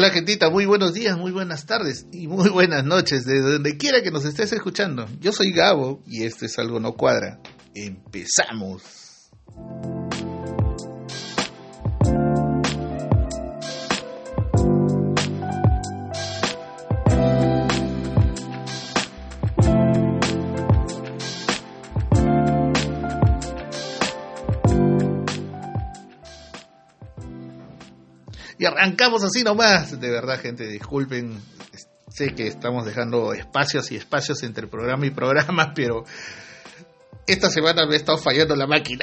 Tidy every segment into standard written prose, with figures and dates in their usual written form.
Hola gentita, muy buenos días, muy buenas tardes y muy buenas noches, de donde quiera que nos estés escuchando. Yo soy Gabo y esto es Algo No Cuadra. ¡Empezamos! Y arrancamos así nomás. De verdad, gente, disculpen. Sé que estamos dejando espacios y espacios entre programa y programa, pero esta semana me ha estado fallando la máquina.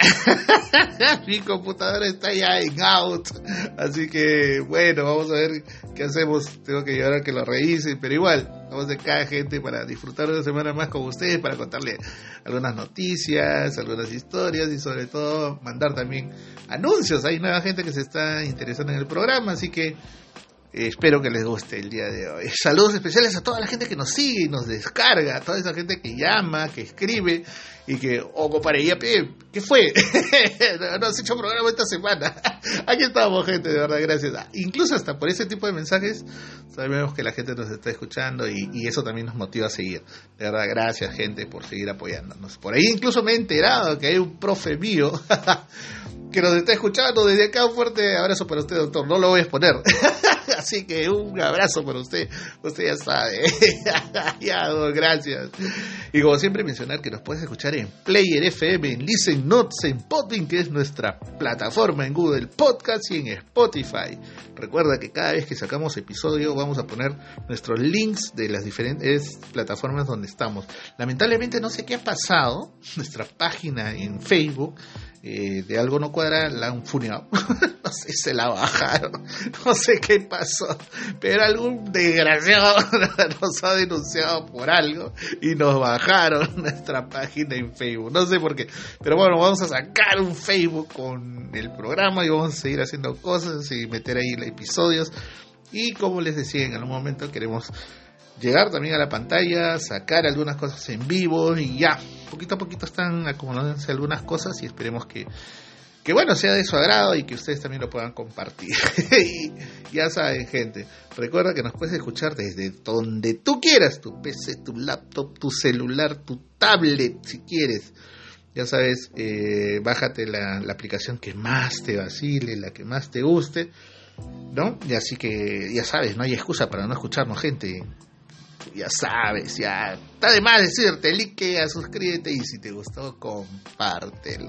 Mi computadora está ya en out. Así que, bueno, vamos a ver qué hacemos. Tengo que llevar a que lo revisen, pero igual, vamos de cada gente para disfrutar una semana más con ustedes, para contarle algunas noticias, algunas historias y sobre todo mandar también anuncios. Hay nueva gente que se está interesando en el programa, así que espero que les guste el día de hoy. Saludos especiales a toda la gente que nos sigue y nos descarga, a toda esa gente que llama, que escribe y que, compadre, ¿qué fue? No has hecho programa esta semana. Aquí estamos, gente, de verdad, gracias. Incluso hasta por ese tipo de mensajes sabemos que la gente nos está escuchando y eso también nos motiva a seguir. De verdad, gracias, gente, por seguir apoyándonos. Por ahí incluso me he enterado que hay un profe mío que nos está escuchando. Desde acá un fuerte abrazo para usted, doctor. No lo voy a exponer. Así que un abrazo para usted. Usted ya sabe. Ya, gracias. Y como siempre mencionar que nos puedes escuchar en Player FM, en Listen Notes, en Podbean, que es nuestra plataforma, en Google Podcast y en Spotify. Recuerda que cada vez que sacamos episodio vamos a poner nuestros links de las diferentes plataformas donde estamos. Lamentablemente no sé qué ha pasado. Nuestra página en Facebook de Algo No Cuadra la han funeado. No sé, se la bajaron. No sé qué pasó, pero algún desgraciado nos ha denunciado por algo y nos bajaron nuestra página en Facebook. No sé por qué, pero bueno, vamos a sacar un Facebook con el programa y vamos a seguir haciendo cosas y meter ahí episodios. Y como les decía, en algún momento queremos llegar también a la pantalla, sacar algunas cosas en vivo y ya, poquito a poquito están acomodándose algunas cosas y esperemos que bueno, sea de su agrado y que ustedes también lo puedan compartir. Y ya saben, gente, recuerda que nos puedes escuchar desde donde tú quieras, tu PC, tu laptop, tu celular, tu tablet, si quieres. Ya sabes, bájate la aplicación que más te vacile, la que más te guste, ¿no? Y así que, ya sabes, no hay excusa para no escucharnos, gente. Ya sabes, ya está de más decirte, likea, suscríbete y si te gustó, compártelo.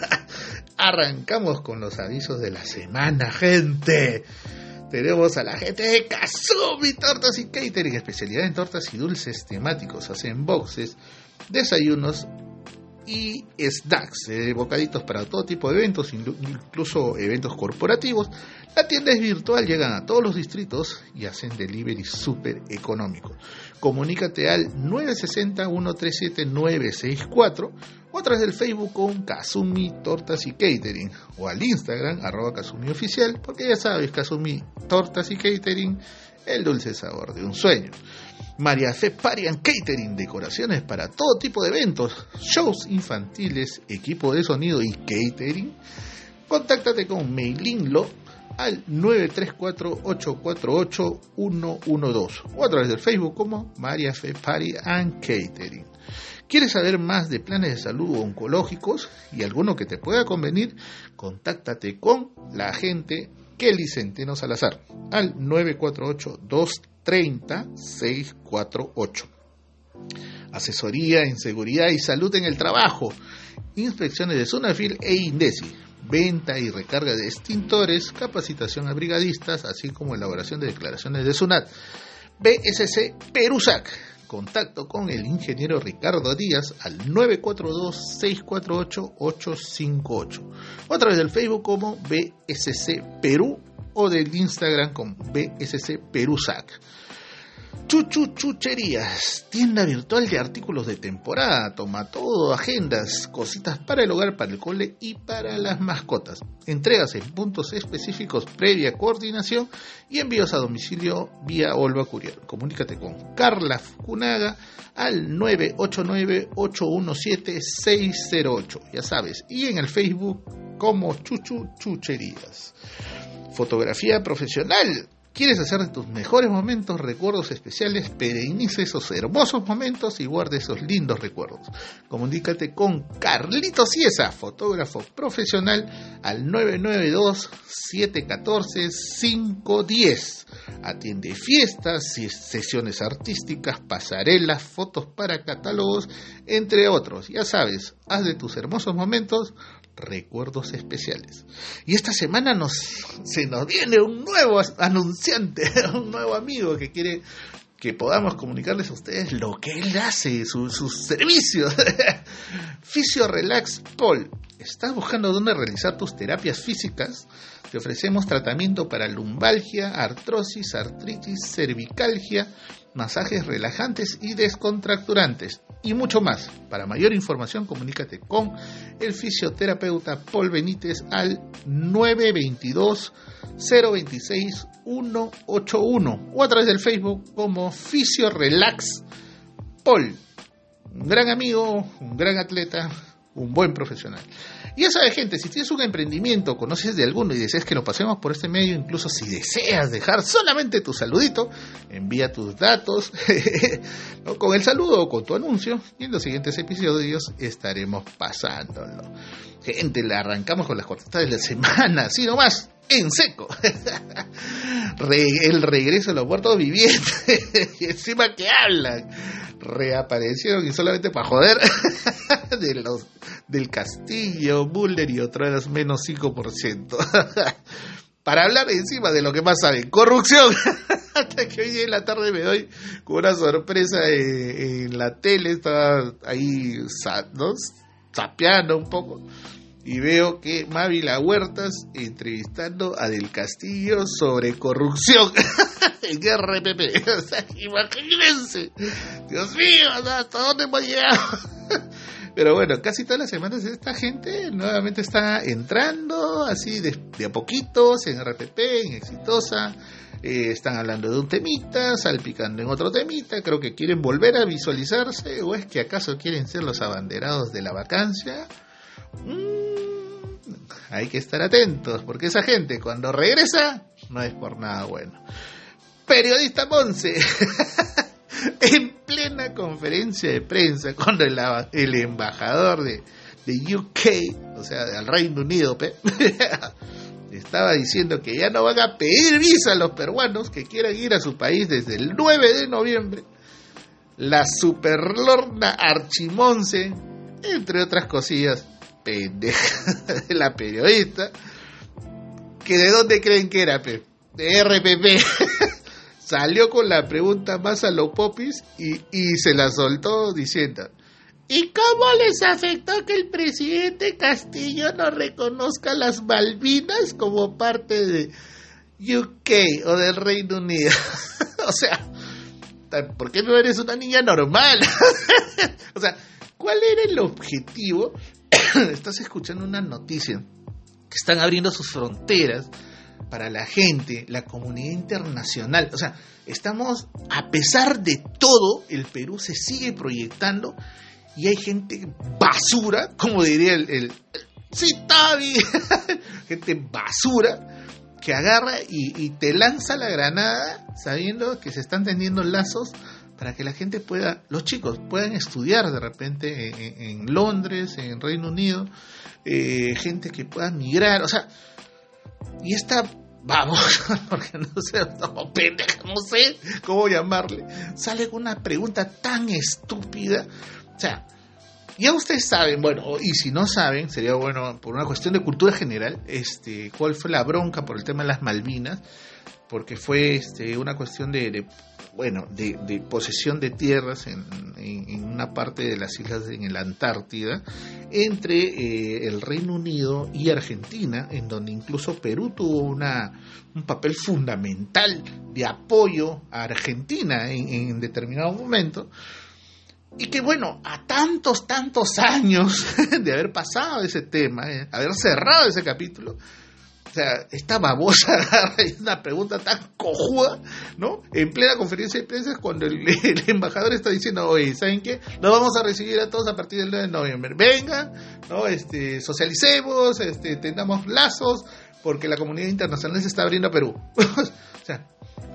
Arrancamos con los avisos de la semana, gente. Tenemos a la gente de Kazumi Tortas y Catering, especialidad en tortas y dulces temáticos. Hacen boxes, desayunos y snacks, bocaditos para todo tipo de eventos, incluso eventos corporativos. La tienda es virtual, llegan a todos los distritos y hacen delivery súper económico. Comunícate al 960-137-964 o a través del Facebook con Kazumi Tortas y Catering o al Instagram @KazumiOficial, porque ya sabes, Kazumi Tortas y Catering, el dulce sabor de un sueño. María Fe Party and Catering, decoraciones para todo tipo de eventos, shows infantiles, equipo de sonido y catering. Contáctate con Meilinlo al 934-848-112 o a través del Facebook como María Fe Party and Catering. ¿Quieres saber más de planes de salud oncológicos y alguno que te pueda convenir? Contáctate con la agente Kelly Centeno Salazar al 948-230-648. Asesoría en seguridad y salud en el trabajo, inspecciones de Sunafil e Indesi, venta y recarga de extintores, capacitación a brigadistas, así como elaboración de declaraciones de SUNAT. BSC Perusac. Contacto con el ingeniero Ricardo Díaz al 942-648-858 o a través del Facebook como BSC Perú o del Instagram como BSC Perusac. Chucherías, tienda virtual de artículos de temporada, toma todo, agendas, cositas para el hogar, para el cole y para las mascotas. Entregas en puntos específicos previa coordinación y envíos a domicilio vía Olva Courier. Comunícate con Carla Fukunaga al 989-817-608, ya sabes, y en el Facebook como Chucherías. Fotografía profesional. ¿Quieres hacer de tus mejores momentos recuerdos especiales? Perennice esos hermosos momentos y guarda esos lindos recuerdos. Comunícate con Carlitos Ciesa, fotógrafo profesional, al 992-714-510. Atiende fiestas, sesiones artísticas, pasarelas, fotos para catálogos, entre otros. Ya sabes, haz de tus hermosos momentos recuerdos especiales. Y esta semana se nos viene un nuevo anunciante, un nuevo amigo que quiere que podamos comunicarles a ustedes lo que él hace, sus servicios. Fisio Relax Paul. ¿Estás buscando dónde realizar tus terapias físicas? Te ofrecemos tratamiento para lumbalgia, artrosis, artritis, cervicalgia, masajes relajantes y descontracturantes y mucho más. Para mayor información, comunícate con el fisioterapeuta Paul Benítez al 922-026-181 o a través del Facebook como Fisio Relax Paul. Un gran amigo, un gran atleta, un buen profesional. Y ya sabes, gente, si tienes un emprendimiento, conoces de alguno y deseas que lo pasemos por este medio, incluso si deseas dejar solamente tu saludito, envía tus datos ¿no? Con el saludo o con tu anuncio, y en los siguientes episodios estaremos pasándolo. Gente, la arrancamos con las cortadas de la semana, así nomás, en seco. El regreso de los muertos vivientes, y encima que hablan, reaparecieron y solamente para joder del Castillo, Mulder y otros menos 5%. Para hablar encima de lo que más saben, corrupción. Hasta que hoy día en la tarde me doy con una sorpresa en la tele, estaba ahí zapeando un poco y veo que Mávila Huertas entrevistando a Del Castillo sobre corrupción en RPP. O sea, imagínense, Dios mío, ¿hasta dónde hemos llegado? Pero bueno, casi todas las semanas esta gente nuevamente está entrando así de a poquitos en RPP, en Exitosa. Están hablando de un temita, salpicando en otro temita. Creo que quieren volver a visualizarse, o es que acaso quieren ser los abanderados de la vacancia. Hay que estar atentos, porque esa gente cuando regresa no es por nada bueno. Periodista Monse. En plena conferencia de prensa con el embajador de UK, o sea, del Reino Unido, estaba diciendo que ya no van a pedir visa a los peruanos que quieran ir a su país desde el 9 de noviembre. La superlorna Archimonce, entre otras cosillas, pendeja de la periodista, que de dónde creen que era, de RPP. Salió con la pregunta más a lo popis y se la soltó diciendo: ¿y cómo les afectó que el presidente Castillo no reconozca las Malvinas como parte de UK o del Reino Unido? O sea, ¿por qué no eres una niña normal? O sea, ¿cuál era el objetivo? Estás escuchando una noticia que están abriendo sus fronteras para la gente, la comunidad internacional. O sea, estamos, a pesar de todo, el Perú se sigue proyectando y hay gente basura, como diría el Citavi, gente basura que agarra y te lanza la granada sabiendo que se están tendiendo lazos para que la gente pueda, los chicos puedan estudiar de repente en Londres, en Reino Unido, gente que pueda migrar, o sea. Y esta porque no sé, pendeja, no sé cómo llamarle, sale con una pregunta tan estúpida. O sea, ya ustedes saben, bueno, y si no saben, sería bueno, por una cuestión de cultura general, cuál fue la bronca por el tema de las Malvinas, porque fue una cuestión de posesión de tierras en una parte de las islas en la Antártida entre el Reino Unido y Argentina, en donde incluso Perú tuvo un papel fundamental de apoyo a Argentina en determinado momento. Y que bueno, a tantos años de haber pasado ese tema, haber cerrado ese capítulo, o sea, esta babosa agarra una pregunta tan cojuda, ¿no? En plena conferencia de prensa, cuando el embajador está diciendo: oye, ¿saben qué? Nos vamos a recibir a todos a partir del 9 de noviembre. Vengan, ¿no? Socialicemos, tengamos lazos, porque la comunidad internacional se está abriendo a Perú. O sea,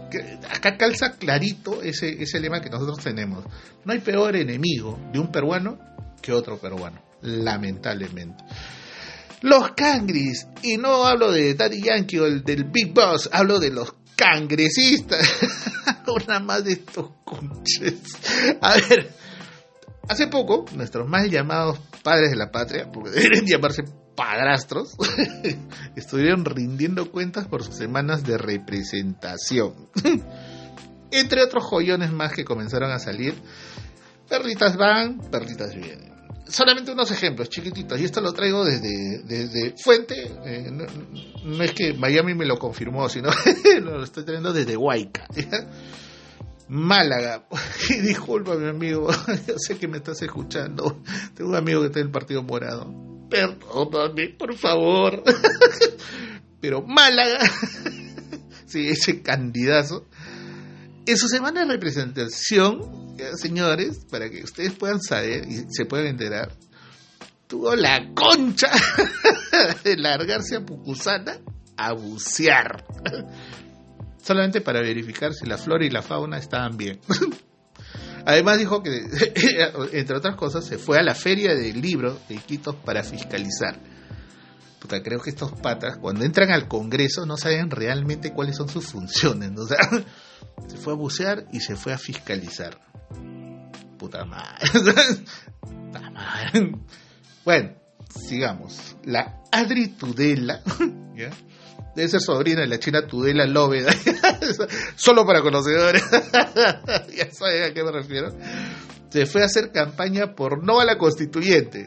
acá calza clarito ese lema que nosotros tenemos. No hay peor enemigo de un peruano que otro peruano, lamentablemente. Los cangris, y no hablo de Daddy Yankee o el del Big Boss, hablo de los cangresistas. Una más de estos conches. A ver, hace poco, nuestros mal llamados padres de la patria, porque deben llamarse padrastros, estuvieron rindiendo cuentas por sus semanas de representación. Entre otros joyones más que comenzaron a salir, perlitas van, perlitas vienen. Solamente unos ejemplos chiquititos, y esto lo traigo desde fuente, no es que Miami me lo confirmó, sino lo estoy trayendo desde Huayca, ¿ya? Málaga. Y disculpa, mi amigo, yo sé que me estás escuchando, tengo un amigo que está en el Partido Morado, perdóname, por favor. Pero Málaga, sí, ese candidato, en su semana de representación, señores, para que ustedes puedan saber y se puedan enterar, tuvo la concha de largarse a Pucusana a bucear, solamente para verificar si la flora y la fauna estaban bien. Además dijo que, entre otras cosas, se fue a la feria del libro de Iquitos para fiscalizar. Puta, creo que estos patas, cuando entran al Congreso, no saben realmente cuáles son sus funciones, ¿no? O sea, se fue a bucear y se fue a fiscalizar. Puta madre. Puta madre. Bueno, sigamos. La Adri Tudela, ¿ya? Debe ser sobrina de la china Tudela Lóveda. Solo para conocedores. Ya saben a qué me refiero. Se fue a hacer campaña por no a la constituyente.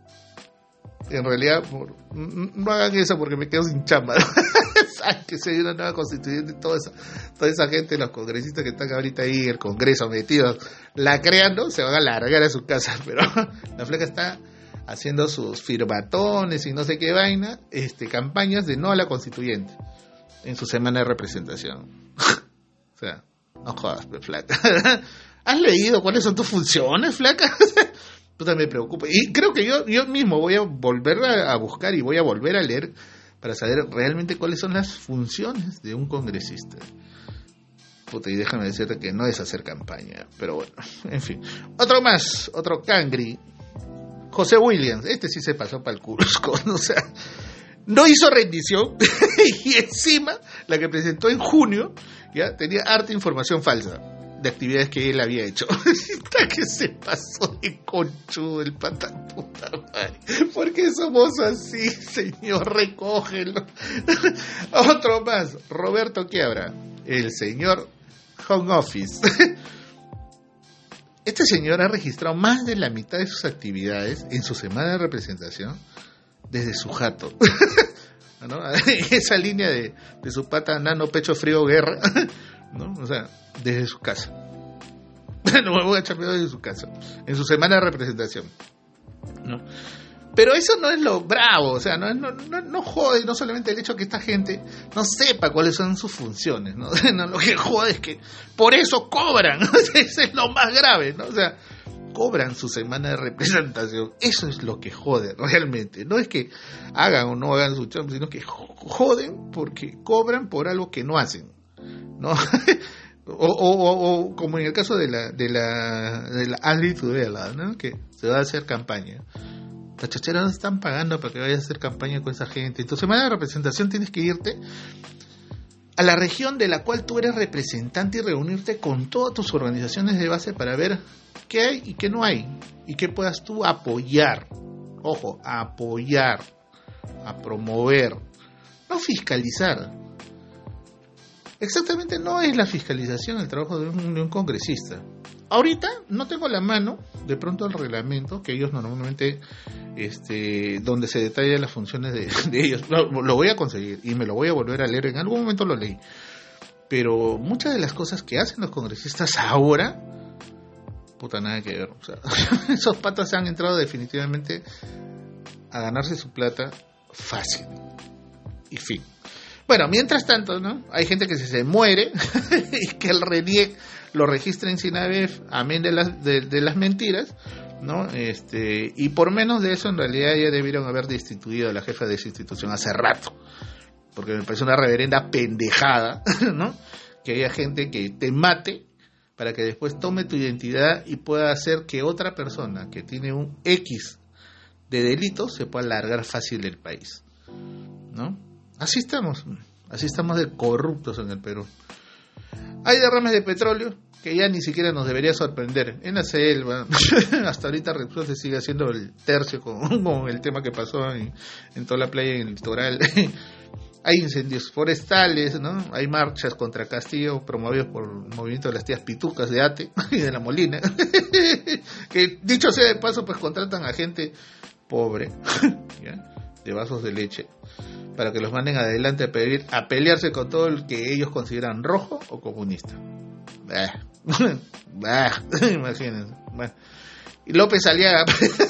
En realidad, no hagan eso porque me quedo sin chamba. Saben que se dio una nueva constituyente y toda esa gente, los congresistas que están ahorita ahí en el Congreso metidos, la crean, ¿no? Se van a largar a su casa. Pero la flaca está haciendo sus firmatones y no sé qué vaina, campañas de no a la constituyente en su semana de representación. O sea, no jodas, flaca. ¿Has leído cuáles son tus funciones, flaca? Puta, me preocupa. Y creo que yo mismo voy a volver a buscar y voy a volver a leer para saber realmente cuáles son las funciones de un congresista. Puta, y déjame decirte que no es hacer campaña, pero bueno, en fin. Otro cangri, José Williams, sí se pasó para el Cusco, o sea, no hizo rendición y encima la que presentó en junio ya tenía harta información falsa de actividades que él había hecho. Está que se pasó de conchudo el pata, puta madre. ¿Por qué somos así, señor? Recógelo. Otro más, Roberto Quiabra, el señor Home Office. Este señor ha registrado más de la mitad de sus actividades en su semana de representación desde su jato. ¿No? Esa línea de su pata nano pecho frío guerra, ¿no? O sea, desde su casa. No me voy a echar miedo desde su casa, en su semana de representación, ¿no? Pero eso no es lo bravo, o sea, no jode, no solamente el hecho que esta gente no sepa cuáles son sus funciones, ¿no? No, lo que jode es que por eso cobran, ¿no? Eso es lo más grave, ¿no? O sea, cobran su semana de representación, eso es lo que jode realmente, no es que hagan o no hagan su chamba, sino que joden porque cobran por algo que no hacen, ¿no? o como en el caso de la Adri Tudela, ¿no? Que se va a hacer campaña. Las chacheras no están pagando para que vayas a hacer campaña con esa gente. En tu semana de representación tienes que irte a la región de la cual tú eres representante y reunirte con todas tus organizaciones de base para ver qué hay y qué no hay y qué puedas tú apoyar. Ojo, apoyar, a promover, no fiscalizar. Exactamente no es la fiscalización el trabajo de un congresista. Ahorita no tengo a la mano, de pronto, el reglamento que ellos normalmente, donde se detallan las funciones de ellos. Lo voy a conseguir y me lo voy a volver a leer. En algún momento lo leí. Pero muchas de las cosas que hacen los congresistas ahora, puta, nada que ver. O sea, esos patas se han entrado definitivamente a ganarse su plata fácil. Y fin. Bueno, mientras tanto, ¿no? Hay gente que se muere y que el RENIEC lo registra en SINABEF, amén de las mentiras, ¿no? Y por menos de eso, en realidad, ya debieron haber destituido a la jefa de esa institución hace rato, porque me parece una reverenda pendejada, ¿no? que haya gente que te mate para que después tome tu identidad y pueda hacer que otra persona que tiene un X de delitos se pueda largar fácil del país, ¿no? Así estamos de corruptos en el Perú. Hay derrames de petróleo que ya ni siquiera nos debería sorprender. En la selva, hasta ahorita Repsol se sigue haciendo el tercio con el tema que pasó en toda la playa y en el litoral. Hay incendios forestales, ¿no? Hay marchas contra Castillo promovidos por el movimiento de las tías pitucas de Ate y de la Molina, que dicho sea de paso, pues contratan a gente pobre, ¿ya? De vasos de leche, para que los manden adelante a pelearse con todo el que ellos consideran rojo o comunista. Imagínense. Bueno. Y López Aliaga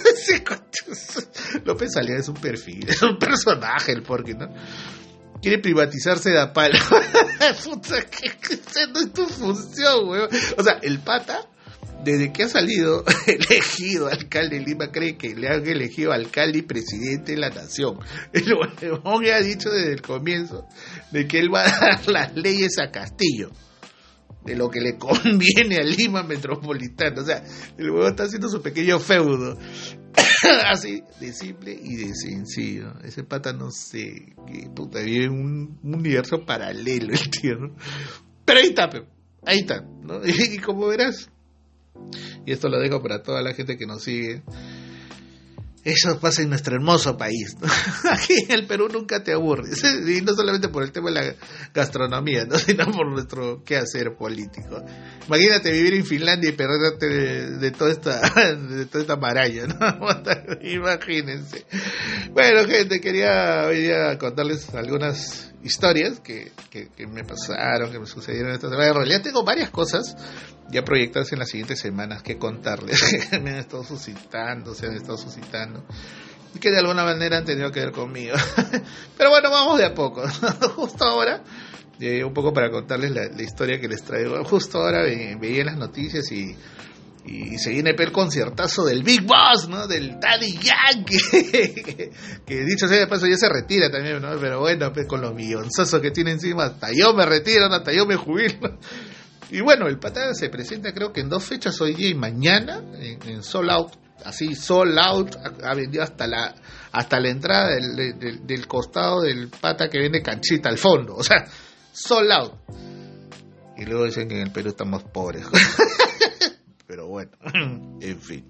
López Aliaga es un perfil, es un personaje el porqui, ¿no? Quiere privatizarse de palo. Puta, que no es tu función, weón. O sea, el pata, desde que ha salido elegido alcalde de Lima, cree que le han elegido alcalde y presidente de la nación. El huevón ya ha dicho desde el comienzo de que él va a dar las leyes a Castillo, de lo que le conviene a Lima Metropolitana. O sea, el huevón está haciendo su pequeño feudo. Así de simple y de sencillo. Ese pata no sé, que puta, vive en un universo paralelo el tío, ¿no? Pero ahí está, ¿no? Y como verás, y esto lo dejo para toda la gente que nos sigue, eso pasa en nuestro hermoso país, ¿no? Aquí en el Perú nunca te aburres, y no solamente por el tema de la gastronomía, ¿no? Sino por nuestro quehacer político. Imagínate vivir en Finlandia y perderte de toda esta maraña, ¿no? Imagínense. Bueno, gente, quería hoy día contarles algunas historias que me pasaron, que me sucedieron esta semana. En realidad tengo varias cosas ya proyectadas en las siguientes semanas que contarles, que me han estado suscitando, y que de alguna manera han tenido que ver conmigo. Pero bueno, vamos de a poco. Justo ahora, un poco para contarles la historia que les traigo. Justo ahora veía las noticias y se viene el conciertazo del Big Boss, ¿no? Del Daddy Yankee, que dicho sea de paso ya se retira también, ¿no? Pero bueno, pues con los millonzazos que tiene encima, hasta yo me retiro, hasta yo me jubilo. Y bueno, el pata se presenta creo que en 2 fechas, hoy día y mañana, en Sold Out. Así, Sold Out, ha vendido hasta la entrada del costado del pata que vende canchita al fondo. O sea, Sold Out. Y luego dicen que en el Perú estamos pobres. Pero bueno, en fin.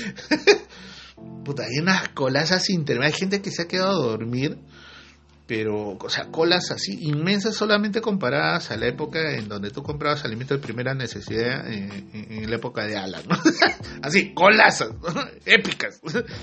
Puta, hay unas colas así interminables. Hay gente que se ha quedado a dormir, pero, o sea, colas así inmensas solamente comparadas a la época en donde tú comprabas alimentos de primera necesidad en la época de Alan, ¿no? Así, colas, ¿no? Épicas.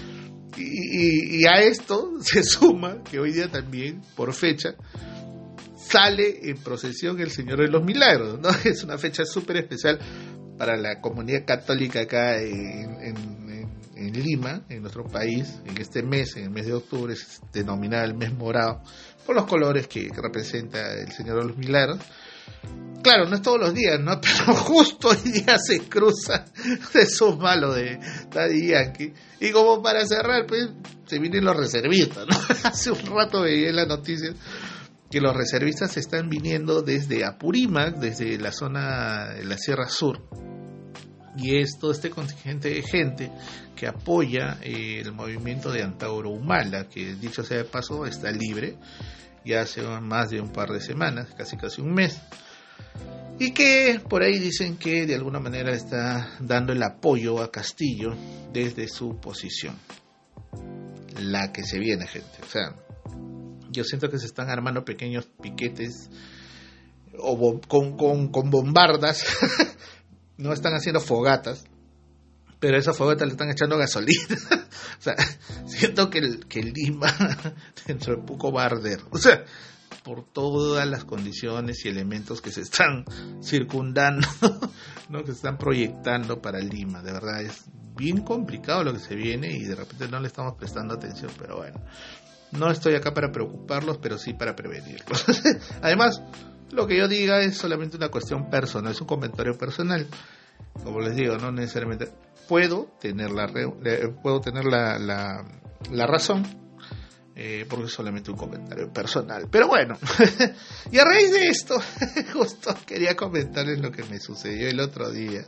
Y a esto se suma que hoy día también, por fecha, sale en procesión el Señor de los Milagros, ¿no? Es una fecha súper especial para la comunidad católica acá en Lima, en nuestro país. En este mes, en el mes de octubre, es denominada el mes morado por los colores que representa el Señor de los Milagros. Claro, no es todos los días, ¿no? Pero justo hoy día se cruza, se suma lo de Daddy Yankee. Y como para cerrar, pues, se vienen los reservistas, ¿no? Hace un rato veía en las noticias que los reservistas están viniendo desde Apurímac, desde la zona de la Sierra Sur. Y es todo este contingente de gente que apoya el movimiento de Antauro Humala, que dicho sea de paso está libre ya hace más de un par de semanas, casi un mes. Y que por ahí dicen que de alguna manera está dando el apoyo a Castillo desde su posición. La que se viene, gente. O sea, yo siento que se están armando pequeños piquetes o con bombardas. No están haciendo fogatas, pero esas fogatas le están echando gasolina. O sea, siento que el Lima dentro de poco va a arder. O sea, por todas las condiciones y elementos que se están circundando, ¿no? Que se están proyectando para Lima. De verdad es bien complicado lo que se viene y de repente no le estamos prestando atención, pero bueno. No estoy acá para preocuparlos, pero sí para prevenirlos. Además, lo que yo diga es solamente una cuestión personal, es un comentario personal. Como les digo, no necesariamente puedo tener la razón porque es solamente un comentario personal. Pero bueno, y a raíz de esto, justo quería comentarles lo que me sucedió el otro día.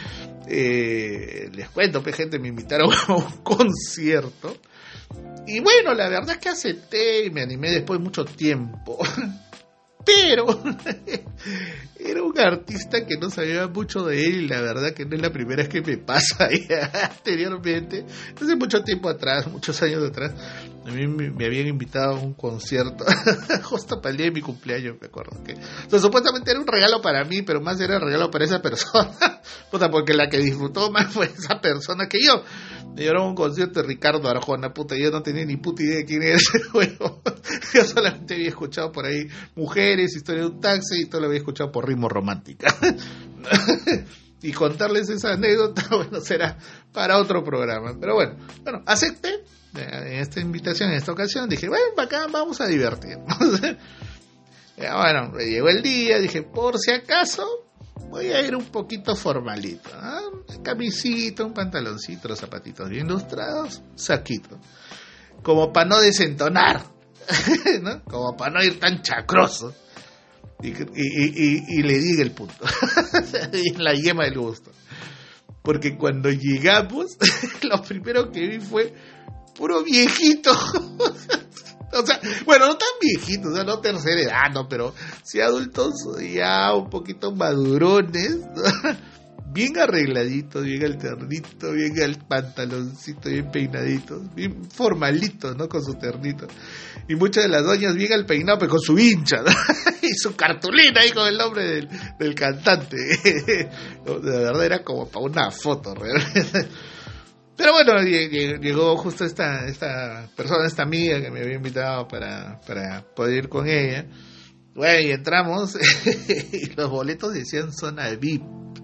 Les cuento, gente, me invitaron a un concierto. Y bueno, la verdad es que acepté y me animé después de mucho tiempo. Pero era un artista que no sabía mucho de él y la verdad que no es la primera vez que me pasa. Anteriormente, hace mucho tiempo atrás, muchos años atrás, a mí me habían invitado a un concierto justo para el día de mi cumpleaños, me acuerdo que, o sea, supuestamente era un regalo para mí, pero más era un regalo para esa persona. Puta, porque la que disfrutó más fue esa persona que yo. Me llevaron a un concierto de Ricardo Arjona, puta, yo no tenía ni puta idea de quién era ese juego. Yo solamente había escuchado por ahí Mujeres, Historia de un taxi, y todo lo había escuchado por Ritmo Romántica. Y contarles esa anécdota, bueno, será para otro programa. Pero bueno, acepté esta invitación en esta ocasión. Dije, bueno, acá vamos a divertirnos. Bueno, llegó el día, dije, por si acaso voy a ir un poquito formalito, ¿no? Una camisita, un pantaloncito, los zapatitos bien lustrados, saquito, como para no desentonar, ¿no? Como para no ir tan chacroso. Y le diga el punto, la yema del gusto. Porque cuando llegamos, lo primero que vi fue puro viejito. O sea, bueno, no tan viejitos, o sea, no tercera edad, no, pero sí adultos ya un poquito madurones, ¿no? Bien arregladitos, bien alternito, bien al pantaloncito, bien peinaditos, bien formalitos, ¿no? Con su ternito. Y muchas de las doñas bien al peinado, pero con su hincha, ¿no? Y su cartulina ahí con el nombre del cantante. De verdad era como para una foto, realmente. Pero bueno, llegó justo esta persona, esta amiga que me había invitado para poder ir con ella. Bueno, y entramos y los boletos decían zona VIP.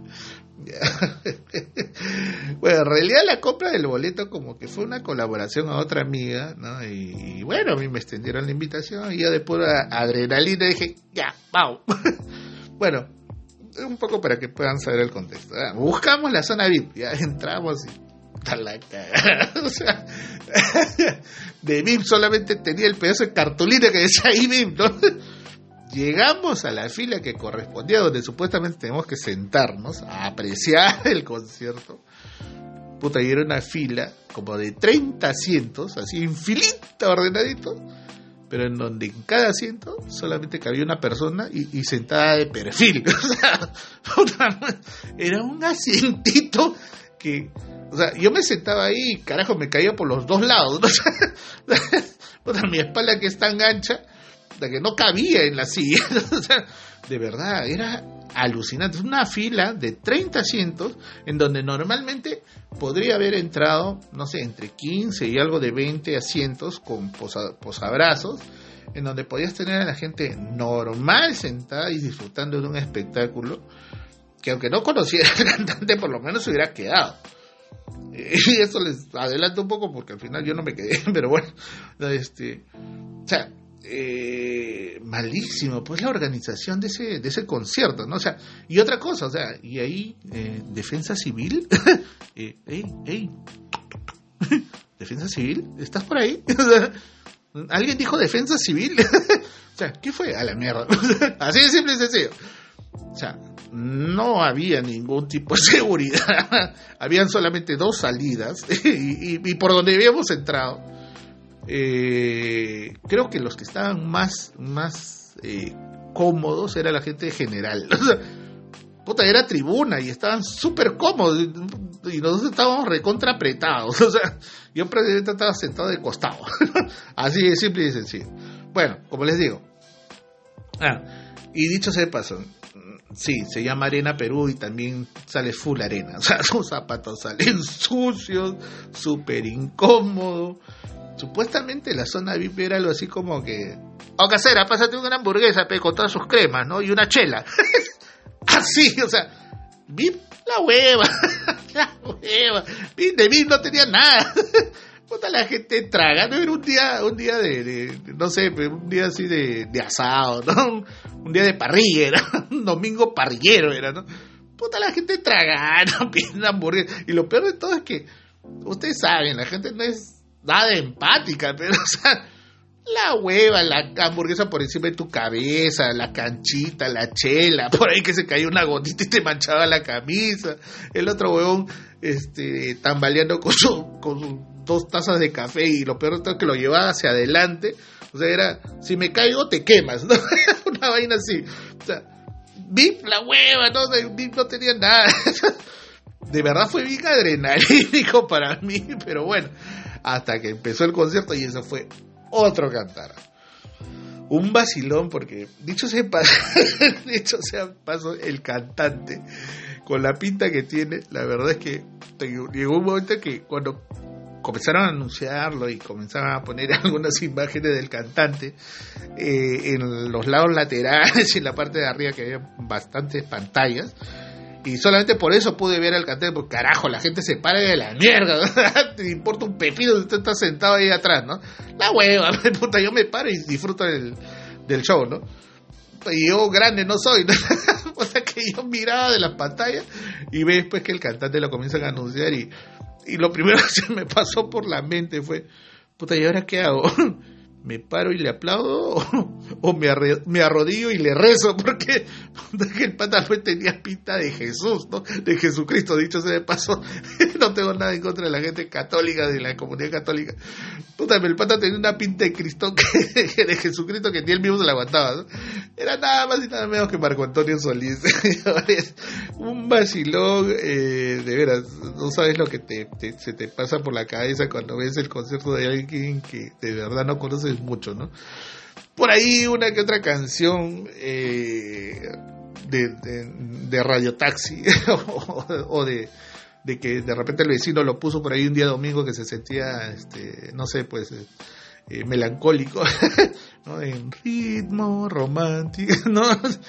Bueno, en realidad la compra del boleto como que fue una colaboración a otra amiga, ¿no? Y bueno, a mí me extendieron la invitación y yo de pura adrenalina dije, ya, vamos. Bueno, un poco para que puedan saber el contexto. Buscamos la zona VIP, ya entramos y la cagada. O sea, de VIP solamente tenía el pedazo de cartulina que decía ahí VIP, ¿no? Llegamos a la fila que correspondía donde supuestamente tenemos que sentarnos a apreciar el concierto. Puta, y era una fila como de 30 asientos, así en filita ordenadito, pero en donde en cada asiento solamente cabía una persona y sentada de perfil. O sea, puta, era un asientito que, o sea, yo me sentaba ahí y carajo me caía por los dos lados, ¿no? O sea, puta, mi espalda que es tan ancha, de que no cabía en la silla. O sea, de verdad, era alucinante. Es una fila de 30 asientos en donde normalmente podría haber entrado, no sé, entre 15 y algo de 20 asientos con posabrazos, en donde podías tener a la gente normal sentada y disfrutando de un espectáculo que aunque no conociera al cantante, por lo menos se hubiera quedado. Y eso les adelanto un poco porque al final yo no me quedé, pero bueno, o sea, malísimo pues la organización de ese concierto, ¿no? O sea, y otra cosa, o sea, y ahí Defensa Civil, Defensa Civil, ¿estás por ahí? ¿Alguien dijo Defensa Civil? O sea, ¿qué fue? A la mierda. Así de simple y sencillo. O sea, no había ningún tipo de seguridad. Habían solamente 2 salidas y por donde habíamos entrado, creo que los que estaban más cómodos era la gente general. O sea, puta, era tribuna y estaban súper cómodos y nosotros estábamos recontra apretados. O sea, yo prácticamente estaba sentado de costado. Así de simple y sencillo. Bueno, como les digo, y dicho sea de paso, sí, se llama Arena Perú y también sale full arena. O sea, sus zapatos salen sucios, súper incómodos. Supuestamente la zona VIP era algo así como que, o casera, pásate una hamburguesa con todas sus cremas, ¿no? Y una chela. Así, o sea, VIP, la hueva. La hueva. VIP de VIP no tenía nada. Puta, la gente tragando. Era un día de no sé, un día así de asado, ¿no? Un día de parrilla, era un domingo parrillero, era, ¿no? Puta, la gente tragando, pidiendo hamburguesas. Y lo peor de todo es que, ustedes saben, la gente no es nada empática, pero, o sea, La hueva, la hamburguesa por encima de tu cabeza, la canchita, la chela, por ahí que se cayó una gotita y te manchaba la camisa. El otro huevón, tambaleando con sus 2 tazas de café, y lo peor es que lo llevaba hacia adelante. O sea, era, si me caigo te quemas, ¿no? Una vaina así. O sea, VIP, la hueva, no, VIP no tenía nada. De verdad fue bien adrenalínico para mí, pero bueno, hasta que empezó el concierto y eso fue otro cantar. Un vacilón, porque dicho sea paso, el cantante, con la pinta que tiene, la verdad es que llegó un momento que cuando comenzaron a anunciarlo y comenzaron a poner algunas imágenes del cantante en los lados laterales y en la parte de arriba, que había bastantes pantallas, y solamente por eso pude ver al cantante, porque carajo, la gente se para de la mierda, ¿no? Te importa un pepino si usted está sentado ahí atrás, ¿no? La hueva, puta, yo me paro y disfruto del show, ¿no? Y yo grande no soy, ¿no? O sea que yo miraba de las pantallas y ve después que el cantante lo comienzan a anunciar, y lo primero que se me pasó por la mente fue, puta, ¿y ahora qué hago? ¿Me paro y le aplaudo o me arrodillo y le rezo? Porque el pata pues tenía pinta de Jesús, ¿no? De Jesucristo, dicho sea de paso. No tengo nada en contra de la gente católica, de la comunidad católica. Puta, el pata tenía una pinta de Cristo, de Jesucristo, que ni él mismo se la aguantaba, ¿no? Era nada más y nada menos que Marco Antonio Solís. Un vacilón, de veras, no sabes lo que se te pasa por la cabeza cuando ves el concierto de alguien que de verdad no conoces mucho, ¿no? Por ahí una que otra canción de Radio Taxi o de que de repente el vecino lo puso por ahí un día domingo que se sentía, no sé, pues melancólico, ¿no? En ritmo romántico, ¿no?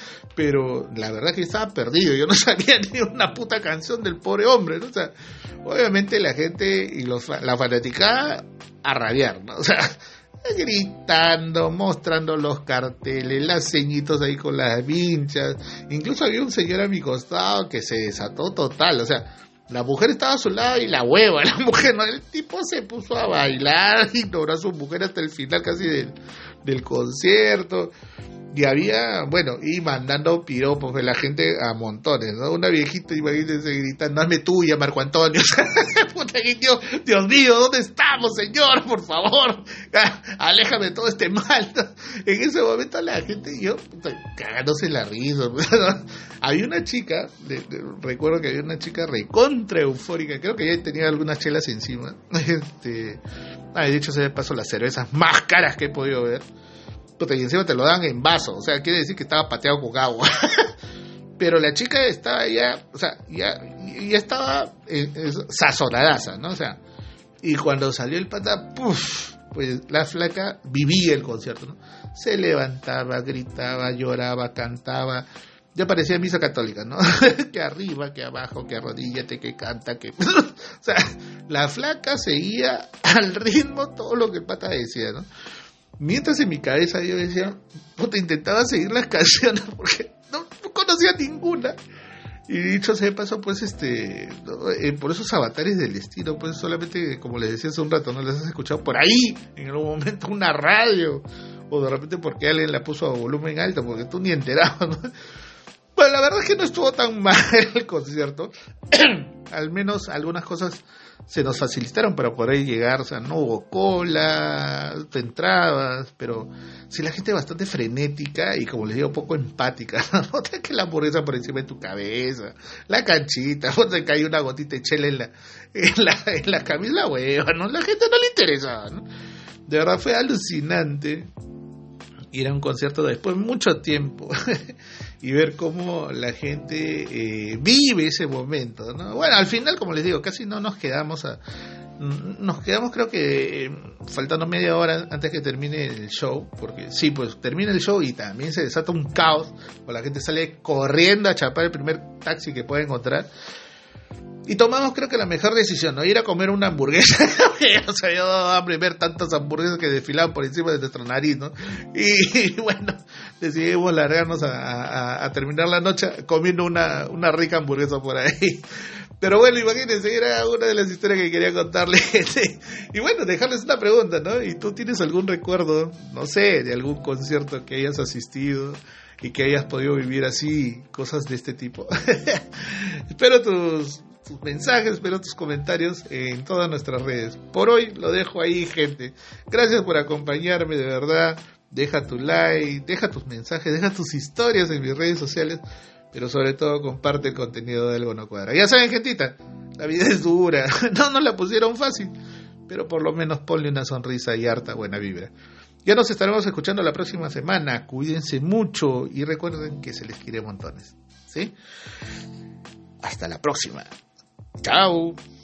Pero la verdad que estaba perdido, yo no sabía ni una puta canción del pobre hombre, ¿no? O sea, obviamente la gente y la fanaticada a rabiar, ¿no? O sea, gritando, mostrando los carteles, las ceñitos ahí con las vinchas. Incluso había un señor a mi costado que se desató total, o sea, la mujer estaba a su lado y la hueva, la mujer, ¿no? El tipo se puso a bailar, ignoró a su mujer hasta el final casi del concierto. Y había, bueno, y mandando piropos de la gente a montones, ¿no? Una viejita, imagínense, gritando, dame tuya, Marco Antonio. Puta que Dios mío, ¿dónde estamos, señor? Por favor, aléjame de todo este mal, ¿no? En ese momento la gente, yo, puta, cagándose la risa, ¿no? Había una chica, recuerdo que había una chica recontra eufórica, creo que ya tenía algunas chelas encima. De hecho, se me pasó las cervezas más caras que he podido ver. Y encima te lo dan en vaso, o sea, quiere decir que estaba pateado con agua. Pero la chica estaba ya, o sea, ya estaba sazonadaza, ¿no? O sea, y cuando salió el pata, ¡puf! Pues la flaca vivía el concierto, ¿no? Se levantaba, gritaba, lloraba, cantaba. Ya parecía misa católica, ¿no? Que arriba, que abajo, que arrodíllate, que canta, que... O sea, la flaca seguía al ritmo todo lo que el pata decía, ¿no? Mientras en mi cabeza yo decía, puta, intentaba seguir las canciones porque no conocía ninguna. Y dicho sea de paso, pues por esos avatares del destino, pues solamente, como les decía hace un rato, no les has escuchado por ahí, en algún momento, una radio, o de repente porque alguien la puso a volumen alto, porque tú ni enterabas, ¿no? Pues la verdad es que no estuvo tan mal el concierto. Al menos algunas cosas se nos facilitaron para poder llegar, o sea, no hubo cola, te entrabas, pero sí, la gente bastante frenética y, como les digo, poco empática. No te que la hamburguesa por encima de tu cabeza, la canchita, o te cae una gotita de chela en la camisa, la hueva, ¿no? La gente no le interesaba, ¿no? De verdad fue alucinante ir a un concierto después de mucho tiempo y ver cómo la gente vive ese momento, ¿no? Bueno, al final, como les digo, casi no nos quedamos creo que faltando media hora antes que termine el show, porque sí, pues termina el show y también se desata un caos, o la gente sale corriendo a chapar el primer taxi que puede encontrar. Y tomamos, creo que la mejor decisión, ¿no? Ir a comer una hamburguesa. Nos había dado hambre ver tantas hamburguesas que desfilaban por encima de nuestra nariz, ¿no? Y bueno, decidimos largarnos a terminar la noche comiendo una rica hamburguesa por ahí. Pero bueno, imagínense, era una de las historias que quería contarles. Y bueno, dejarles una pregunta, ¿no? ¿Y tú tienes algún recuerdo, no sé, de algún concierto que hayas asistido y que hayas podido vivir así, cosas de este tipo? Espero tus mensajes, espero tus comentarios en todas nuestras redes. Por hoy lo dejo ahí, gente. Gracias por acompañarme, de verdad. Deja tu like, deja tus mensajes, deja tus historias en mis redes sociales, pero sobre todo comparte el contenido de Algo No Cuadra. Ya saben, gentita, la vida es dura, no la pusieron fácil, pero por lo menos ponle una sonrisa y harta buena vibra. Ya nos estaremos escuchando la próxima semana, cuídense mucho y recuerden que se les quiere montones, ¿sí? Hasta la próxima, chao.